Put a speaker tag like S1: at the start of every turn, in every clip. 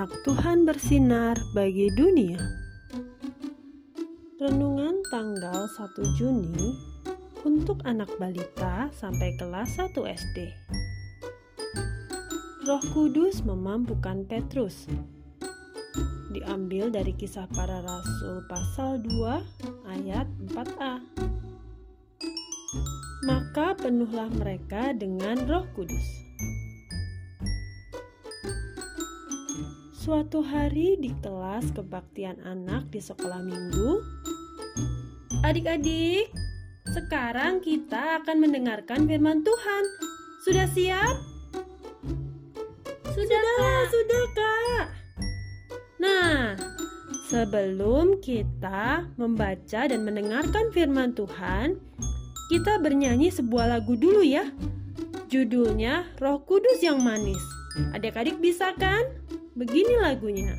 S1: sebab Tuhan bersinar bagi dunia. Renungan tanggal 1 Juni untuk anak balita sampai kelas 1 SD. Roh Kudus memampukan Petrus. Diambil dari Kisah Para Rasul pasal 2 ayat 4a. Maka penuhlah mereka dengan Roh Kudus. Suatu hari di kelas kebaktian anak di sekolah minggu, adik-adik, sekarang kita akan mendengarkan firman Tuhan. Sudah siap? Sudah, Kak. Nah, sebelum kita membaca dan mendengarkan firman Tuhan, kita bernyanyi sebuah lagu dulu ya. Judulnya Roh Kudus yang Manis. Adik-adik bisa kan? Begini lagunya.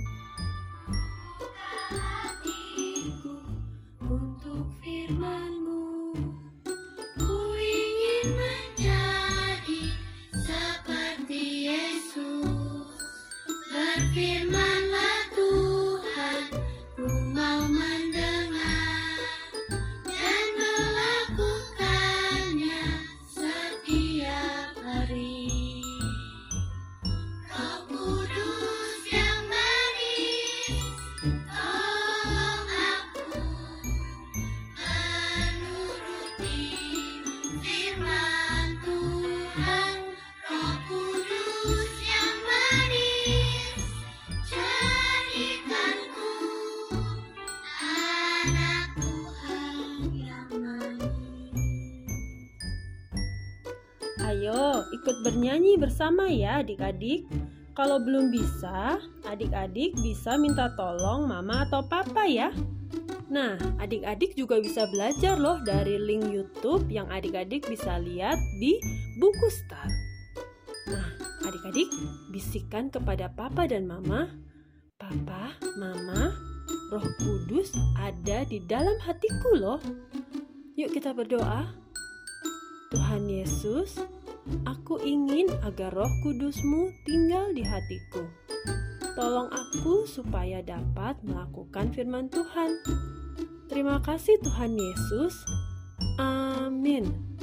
S2: Hatiku untuk firman-Mu, ku ingin menjadi seperti Yesus. Berfirmanlah Tuhan, ku mau mendengar dan melakukannya setiap hari. Roh Kudus yang manis, tolong aku menuruti firman Tuhan. Roh Kudus yang manis, jadikanku anak Tuhan yang manis.
S1: Ayo ikut bernyanyi bersama ya adik-adik. Kalau belum bisa, adik-adik bisa minta tolong mama atau papa ya. Nah, adik-adik juga bisa belajar loh dari link YouTube yang adik-adik bisa lihat di Buku Star. Nah, adik-adik bisikan kepada papa dan mama, "Papa, mama, Roh Kudus ada di dalam hatiku loh." Yuk kita berdoa. Tuhan Yesus, aku ingin agar Roh Kudus-Mu tinggal di hatiku. Tolong aku supaya dapat melakukan firman Tuhan. Terima kasih Tuhan Yesus. Amin.